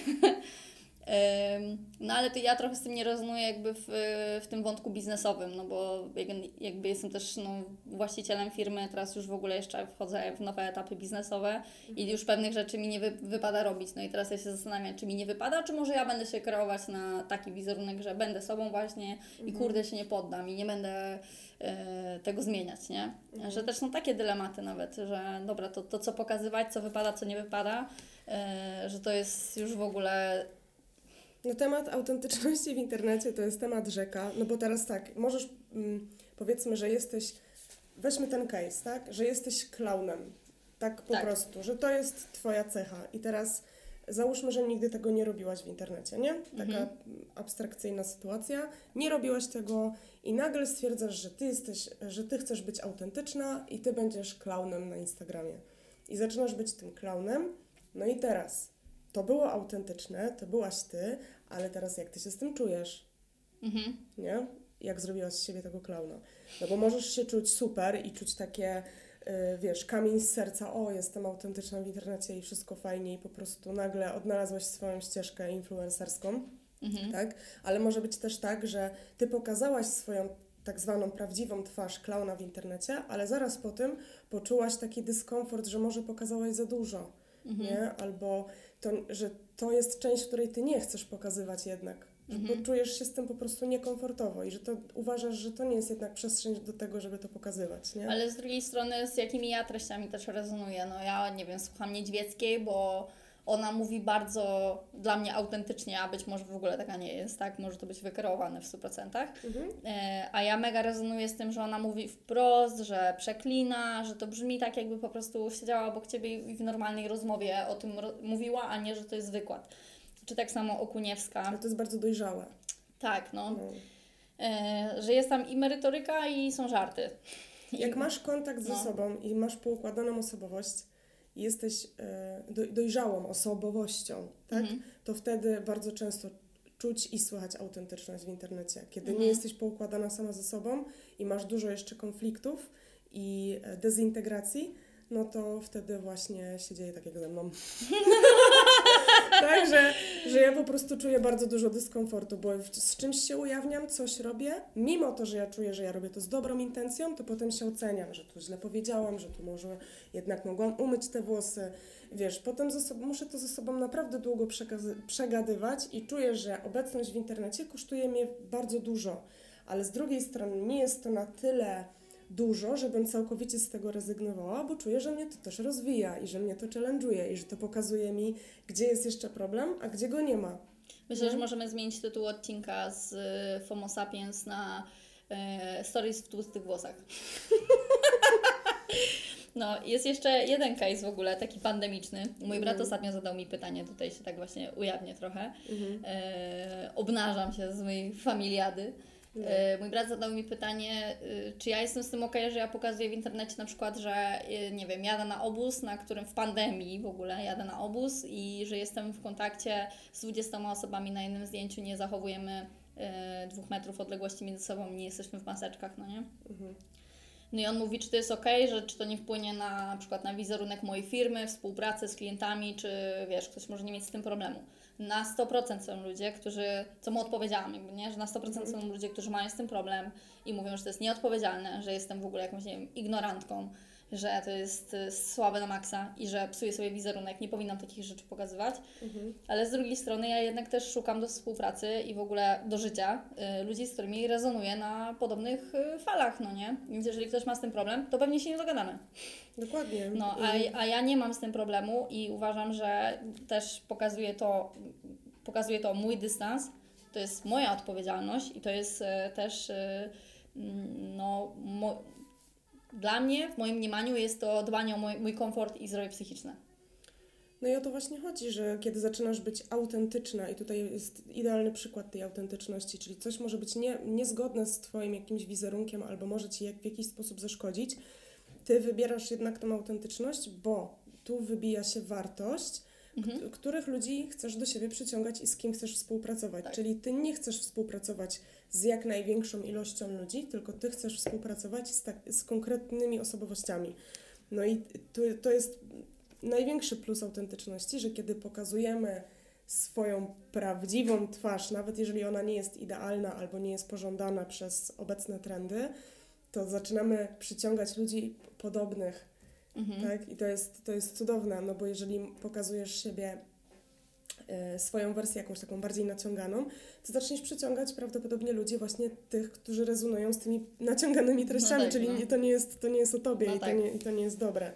No ale to ja trochę z tym nie rezonuję jakby w tym wątku biznesowym, no bo jakby jestem też właścicielem firmy, teraz już w ogóle jeszcze wchodzę w nowe etapy biznesowe i już pewnych rzeczy mi nie wypada robić. No i teraz ja się zastanawiam, czy mi nie wypada, czy może ja będę się kreować na taki wizerunek, że będę sobą właśnie i kurde się nie poddam i nie będę tego zmieniać, nie? Że też są takie dylematy nawet, że dobra, to co pokazywać, co wypada, co nie wypada, że to jest już w ogóle... No temat autentyczności w internecie to jest temat rzeka, no bo teraz tak, możesz, powiedzmy, że jesteś, weźmy ten case, tak, że jesteś klaunem, tak po prostu, że to jest Twoja cecha i teraz załóżmy, że nigdy tego nie robiłaś w internecie, nie? Taka abstrakcyjna sytuacja, nie robiłaś tego i nagle stwierdzasz, że Ty chcesz być autentyczna i Ty będziesz klaunem na Instagramie i zaczynasz być tym klaunem, no i teraz... To było autentyczne, to byłaś Ty, ale teraz jak Ty się z tym czujesz? Nie? Jak zrobiłaś z siebie tego klauna? No bo możesz się czuć super i czuć takie, wiesz, kamień z serca, o, jestem autentyczna w internecie i wszystko fajnie i po prostu nagle odnalazłaś swoją ścieżkę influencerską, tak? Ale może być też tak, że Ty pokazałaś swoją tak zwaną prawdziwą twarz klauna w internecie, ale zaraz po tym poczułaś taki dyskomfort, że może pokazałaś za dużo, nie? Albo że to jest część, której Ty nie chcesz pokazywać jednak, bo czujesz się z tym po prostu niekomfortowo i że to uważasz, że to nie jest jednak przestrzeń do tego, żeby to pokazywać, nie? Ale z drugiej strony, z jakimi ja treściami też rezonuję, no ja, nie wiem, słucham Niedźwieckiej, bo ona mówi bardzo dla mnie autentycznie, a być może w ogóle taka nie jest, tak? Może to być wykreowane w 100%. A ja mega rezonuję z tym, że ona mówi wprost, że przeklina, że to brzmi tak, jakby po prostu siedziała obok Ciebie i w normalnej rozmowie o tym mówiła, a nie, że to jest wykład. Czy tak samo Okuniewska. Ale to jest bardzo dojrzałe. Tak, no. Że jest tam i merytoryka i są żarty. Jak masz kontakt ze sobą i masz poukładaną osobowość, i jesteś dojrzałą osobowością, tak? To wtedy bardzo często czuć i słychać autentyczność w internecie. Kiedy nie jesteś poukładana sama ze sobą i masz dużo jeszcze konfliktów i dezintegracji, no to wtedy właśnie się dzieje tak jak ze mną. Także, że ja po prostu czuję bardzo dużo dyskomfortu, bo z czymś się ujawniam, coś robię, mimo to, że ja czuję, że ja robię to z dobrą intencją, to potem się oceniam, że tu źle powiedziałam, że tu może jednak mogłam umyć te włosy, wiesz, potem muszę to ze sobą naprawdę długo przegadywać i czuję, że obecność w internecie kosztuje mnie bardzo dużo, ale z drugiej strony nie jest to na tyle dużo, żebym całkowicie z tego rezygnowała, bo czuję, że mnie to też rozwija i że mnie to challenge'uje i że to pokazuje mi, gdzie jest jeszcze problem, a gdzie go nie ma. Myślę, że możemy zmienić tytuł odcinka z FOMO Sapiens na Stories w tłustych włosach. No, jest jeszcze jeden case w ogóle, taki pandemiczny. Mój brat ostatnio zadał mi pytanie, tutaj się tak właśnie ujawnię trochę. Obnażam się z mojej familiady. Mój brat zadał mi pytanie, czy ja jestem z tym okej, że ja pokazuję w internecie na przykład, że nie wiem, jadę na obóz, na którym w pandemii w ogóle jadę na obóz i że jestem w kontakcie z 20 osobami na jednym zdjęciu, nie zachowujemy 2 metrów odległości między sobą, nie jesteśmy w maseczkach, no nie? No i on mówi, czy to jest okej, że czy to nie wpłynie na przykład na wizerunek mojej firmy, współpracę z klientami, czy wiesz, ktoś może nie mieć z tym problemu. Na 100% są ludzie, co mu odpowiedziałam, jakby, nie? Że na 100% są ludzie, którzy mają z tym problem i mówią, że to jest nieodpowiedzialne, że jestem w ogóle jakąś, nie wiem, ignorantką, że to jest słabe na maksa i że psuje sobie wizerunek, nie powinnam takich rzeczy pokazywać. Ale z drugiej strony ja jednak też szukam do współpracy i w ogóle do życia ludzi, z którymi rezonuję na podobnych falach, no nie? Więc jeżeli ktoś ma z tym problem, to pewnie się nie dogadamy. Dokładnie. No, a ja nie mam z tym problemu i uważam, że też pokazuje to mój dystans, to jest moja odpowiedzialność i to jest też dla mnie, w moim mniemaniu jest to dbanie o mój komfort i zdrowie psychiczne. No i o to właśnie chodzi, że kiedy zaczynasz być autentyczna i tutaj jest idealny przykład tej autentyczności, czyli coś może być niezgodne z Twoim jakimś wizerunkiem albo może Ci w jakiś sposób zaszkodzić, Ty wybierasz jednak tą autentyczność, bo tu wybija się wartość, których ludzi chcesz do siebie przyciągać i z kim chcesz współpracować. Tak. Czyli ty nie chcesz współpracować z jak największą ilością ludzi, tylko ty chcesz współpracować z konkretnymi osobowościami. No i to jest największy plus autentyczności, że kiedy pokazujemy swoją prawdziwą twarz, nawet jeżeli ona nie jest idealna albo nie jest pożądana przez obecne trendy, to zaczynamy przyciągać ludzi podobnych, tak? I to jest cudowne, no bo jeżeli pokazujesz siebie, swoją wersję jakąś taką bardziej naciąganą, to zaczniesz przyciągać prawdopodobnie ludzi właśnie tych, którzy rezonują z tymi naciąganymi treściami, tak, czyli no. to nie jest o tobie No i tak. to nie jest dobre.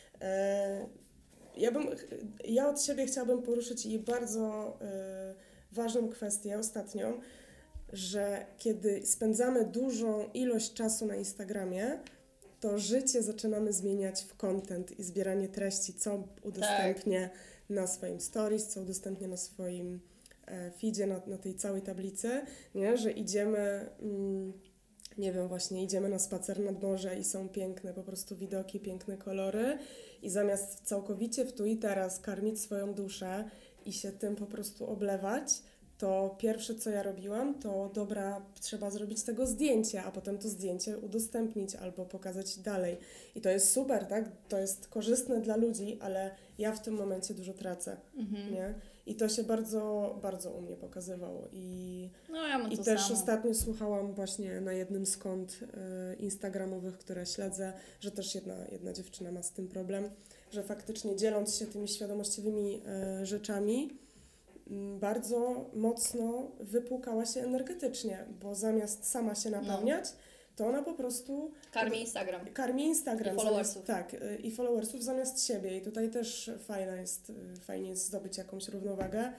Ja od siebie chciałabym poruszyć i bardzo ważną kwestię ostatnią, że kiedy spędzamy dużą ilość czasu na Instagramie, to życie zaczynamy zmieniać w content i zbieranie treści, co udostępnię na swoim stories, co udostępnię na swoim feedzie, na tej całej tablicy, nie? Że idziemy, nie wiem, właśnie idziemy na spacer nad morze i są piękne po prostu widoki, piękne kolory i zamiast całkowicie w tu i teraz karmić swoją duszę i się tym po prostu oblewać, to pierwsze, co ja robiłam, to dobra, trzeba zrobić tego zdjęcie, a potem to zdjęcie udostępnić albo pokazać dalej. I to jest super, tak? To jest korzystne dla ludzi, ale ja w tym momencie dużo tracę, nie? I to się bardzo, bardzo u mnie pokazywało. No ja mam I to też samo. ostatnio słuchałam właśnie na jednym z kont instagramowych, które śledzę, że też jedna dziewczyna ma z tym problem, że faktycznie dzieląc się tymi świadomościowymi rzeczami, bardzo mocno wypłukała się energetycznie, bo zamiast sama się napełniać, to ona po prostu Karmi Instagram. karmi Instagram. I followersów. I followersów zamiast siebie. I tutaj też fajnie jest zdobyć jakąś równowagę.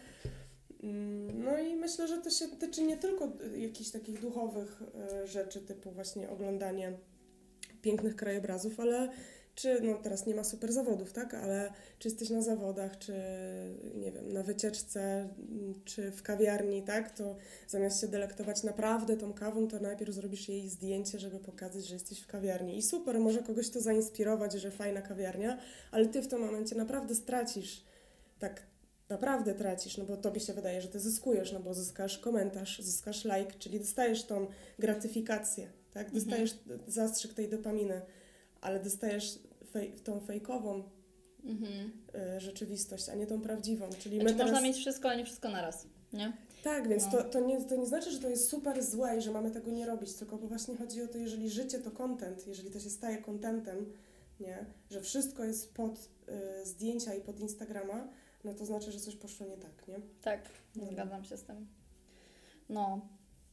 No i myślę, że to się tyczy nie tylko jakichś takich duchowych rzeczy, typu właśnie oglądanie pięknych krajobrazów, ale no teraz nie ma super zawodów, tak? Ale czy jesteś na zawodach, czy nie wiem, na wycieczce, czy w kawiarni, tak? To zamiast się delektować naprawdę tą kawą, to najpierw zrobisz jej zdjęcie, żeby pokazać, że jesteś w kawiarni. I super, może kogoś to zainspirować, że fajna kawiarnia, ale ty w tym momencie naprawdę stracisz, tak naprawdę tracisz, no bo tobie się wydaje, że ty zyskujesz, no bo zyskasz komentarz, zyskasz like, czyli dostajesz tą gratyfikację, tak? Dostajesz zastrzyk tej dopaminy, ale dostajesz tą fejkową rzeczywistość, a nie tą prawdziwą. Czyli Znaczy, my teraz... można mieć wszystko, ale nie wszystko naraz, nie? Tak, więc No. to nie znaczy, że to jest super złe i że mamy tego nie robić, tylko bo właśnie chodzi o to, jeżeli życie to content, jeżeli to się staje contentem, nie, że wszystko jest pod zdjęcia i pod Instagrama, no to znaczy, że coś poszło nie tak, nie? Tak, zgadzam się z tym. No.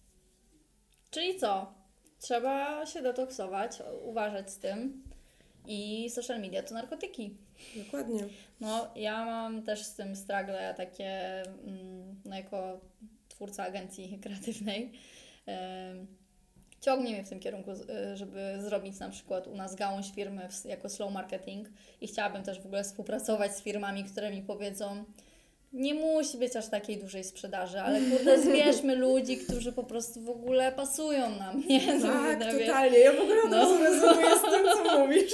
Czyli co? Trzeba się detoksować, uważać z tym i social media to narkotyki. Dokładnie. No, ja mam też z tym struggle takie, no jako twórca agencji kreatywnej, ciągnie mnie w tym kierunku, żeby zrobić na przykład u nas gałąź firmy jako slow marketing i chciałabym też w ogóle współpracować z firmami, które mi powiedzą, nie musi być aż takiej dużej sprzedaży, ale kurde, zbierzmy ludzi, którzy po prostu w ogóle pasują nam, nie? Tak, totalnie. Ja w ogóle od razu rezonuję z tym, co mówisz.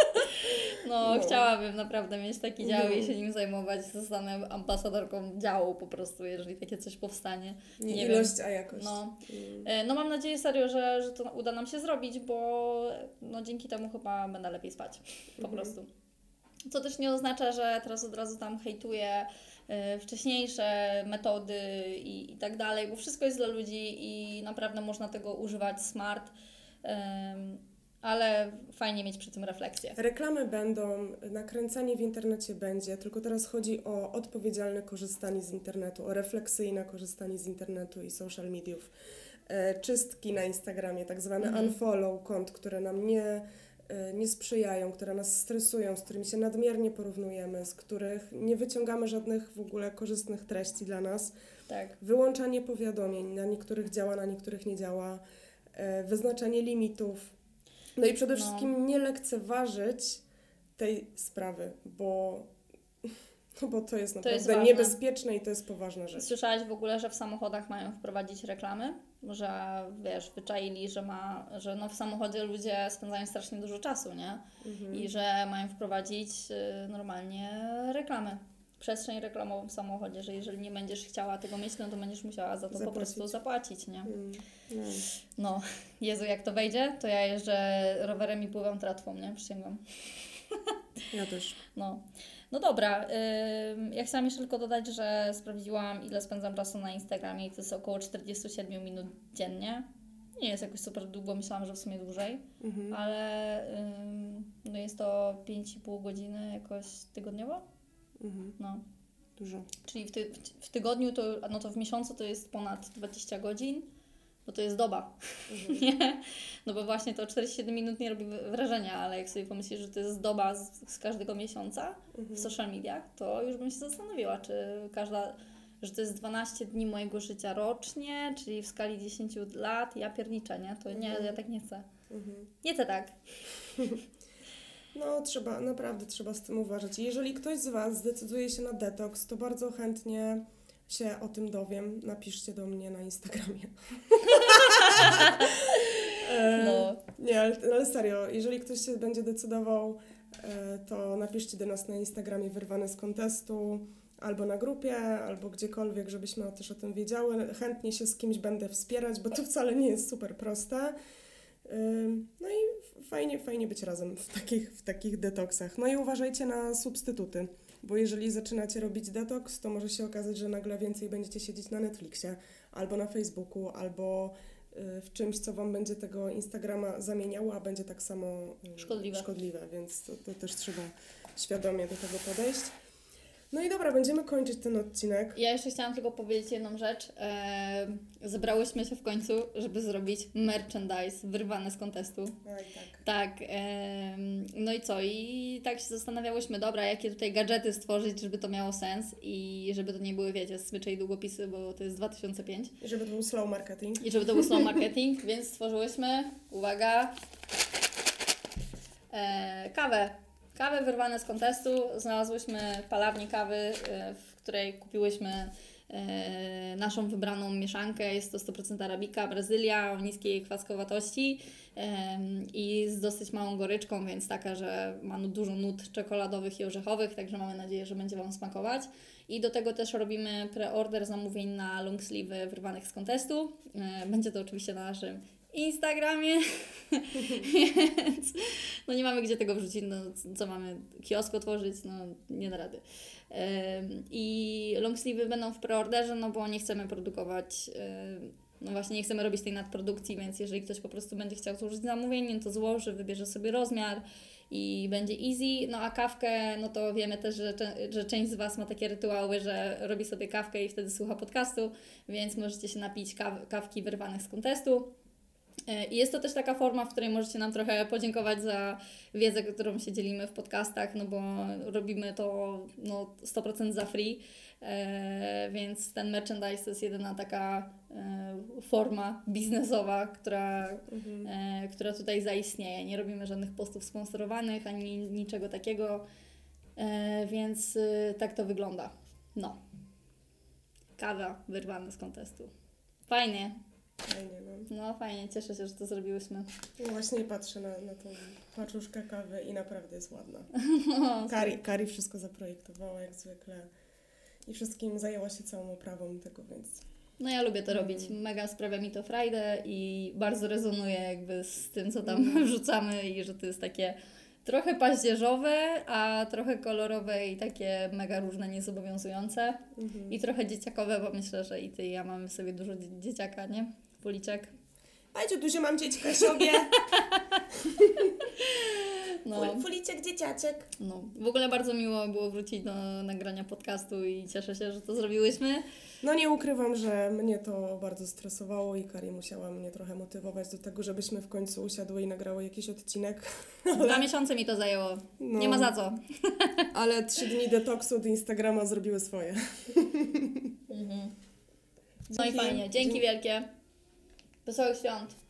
No, chciałabym naprawdę mieć taki dział i się nim zajmować. Zostanę ambasadorką działu po prostu, jeżeli takie coś powstanie. Nie ilość, a jakość. No mam nadzieję serio, że to uda nam się zrobić, bo no, dzięki temu chyba będę lepiej spać. Po prostu. Co też nie oznacza, że teraz od razu tam hejtuję wcześniejsze metody i tak dalej, bo wszystko jest dla ludzi i naprawdę można tego używać smart, ale fajnie mieć przy tym refleksję. Reklamy będą, nakręcanie w internecie będzie, tylko teraz chodzi o odpowiedzialne korzystanie z internetu, o refleksyjne korzystanie z internetu i social mediów. Czystki na Instagramie, tak zwane unfollow kont, które nam nie sprzyjają, które nas stresują, z którymi się nadmiernie porównujemy, z których nie wyciągamy żadnych w ogóle korzystnych treści dla nas. Tak. Wyłączanie powiadomień, na niektórych działa, na niektórych nie działa. Wyznaczanie limitów. No i przede wszystkim nie lekceważyć tej sprawy, bo to jest naprawdę ważne. niebezpieczne i to jest poważna rzecz. Słyszałaś w ogóle, że w samochodach mają wprowadzić reklamy? Że wiesz, wyczaili, że no w samochodzie ludzie spędzają strasznie dużo czasu, nie? I że mają wprowadzić normalnie reklamy. przestrzeń reklamową w samochodzie, że jeżeli nie będziesz chciała tego mieć, no to będziesz musiała za to po prostu zapłacić, nie? No. No, Jezu, jak to wejdzie, to ja jeżdżę rowerem i pływam tratwą, nie? Przysięgam. Ja też. No dobra, ja chciałam jeszcze tylko dodać, że sprawdziłam, ile spędzam czasu na Instagramie i to jest około 47 minut dziennie. Nie jest jakoś super długo, myślałam, że w sumie dłużej, ale no jest to 5,5 godziny jakoś tygodniowo. No. Dużo. Czyli w tygodniu to, no to w miesiącu to jest ponad 20 godzin, bo to jest doba. Nie? No bo właśnie to 47 minut nie robi wrażenia, ale jak sobie pomyślisz, że to jest doba z każdego miesiąca w social mediach, to już bym się zastanowiła, czy że to jest 12 dni mojego życia rocznie, czyli w skali 10 lat, ja pierniczę, nie? To nie, ja tak nie chcę. Nie chcę tak. No, naprawdę trzeba z tym uważać. I jeżeli ktoś z Was zdecyduje się na detoks, to bardzo chętnie się o tym dowiem. Napiszcie do mnie na Instagramie. No. Nie, ale serio, jeżeli ktoś się będzie decydował, to napiszcie do nas na Instagramie Wyrwane z kontestu, albo na grupie, albo gdziekolwiek, żebyśmy też o tym wiedziały. Chętnie się z kimś będę wspierać, bo to wcale nie jest super proste. No i fajnie być razem w takich detoksach. No i uważajcie na substytuty, bo jeżeli zaczynacie robić detoks, to może się okazać, że nagle więcej będziecie siedzieć na Netflixie, albo na Facebooku, albo w czymś, co Wam będzie tego Instagrama zamieniało, a będzie tak samo szkodliwe, więc to też trzeba świadomie do tego podejść. No i dobra, będziemy kończyć ten odcinek. Ja jeszcze chciałam tylko powiedzieć jedną rzecz. Zebrałyśmy się w końcu, żeby zrobić merchandise wyrwane z kontestu. Tak. Tak. No i co? I tak się zastanawiałyśmy, dobra, jakie tutaj gadżety stworzyć, żeby to miało sens i żeby to nie były, wiecie, zwyczaj długopisy, bo to jest 2005. I żeby to był slow marketing. I żeby to był slow marketing, więc stworzyłyśmy, uwaga, Kawę wyrwane z kontestu. Znalazłyśmy palarnię kawy, w której kupiłyśmy naszą wybraną mieszankę. Jest to 100% arabika, Brazylia o niskiej kwaskowatości i z dosyć małą goryczką, więc taka, że ma dużo nut czekoladowych i orzechowych, także mamy nadzieję, że będzie Wam smakować. I do tego też robimy pre-order zamówień na long sleeve wyrwanych z kontestu. Będzie to oczywiście na naszym Instagramie, więc no nie mamy gdzie tego wrzucić, no co mamy, kiosk otworzyć, no nie da rady. I long sleeve'y będą w preorderze, no bo nie chcemy produkować, no właśnie nie chcemy robić tej nadprodukcji, więc jeżeli ktoś po prostu będzie chciał złożyć zamówienie, to złoży, wybierze sobie rozmiar i będzie easy. No a kawkę, no to wiemy też, że część z Was ma takie rytuały, że robi sobie kawkę i wtedy słucha podcastu, więc możecie się napić kawki wyrwanych z kontestu. I jest to też taka forma, w której możecie nam trochę podziękować za wiedzę, którą się dzielimy w podcastach, no bo robimy to 100% za free, więc ten merchandise to jest jedyna taka forma biznesowa, która tutaj zaistnieje. Nie robimy żadnych postów sponsorowanych, ani niczego takiego, więc tak to wygląda. No. Kawa wyrwana z kontestu. Fajnie. Fajnie, no. No fajnie, cieszę się, że to zrobiłyśmy. Ja właśnie patrzę na tą paczuszkę kawy i naprawdę jest ładna. Kari wszystko zaprojektowała jak zwykle i wszystkim zajęła się całą oprawą tego, więc... No ja lubię to robić. Mega sprawia mi to frajdę i bardzo rezonuje jakby z tym, co tam wrzucamy i że to jest takie trochę paździerzowe, a trochę kolorowe i takie mega różne, niezobowiązujące. I trochę dzieciakowe, bo myślę, że i Ty i ja mamy w sobie dużo dzieciaka, nie? Policzek. Ajcie, dużo mam dziecka sobie. No. Fuliczek, dzieciaczek. No. W ogóle bardzo miło było wrócić do nagrania podcastu i cieszę się, że to zrobiłyśmy. No nie ukrywam, że mnie to bardzo stresowało i Kari musiała mnie trochę motywować do tego, żebyśmy w końcu usiadły i nagrały jakiś odcinek. 2 miesiące mi to zajęło. No. Nie ma za co. Ale 3 dni detoksu od Instagrama zrobiły swoje. No i fajnie. Dzięki wielkie. Wesołych świąt.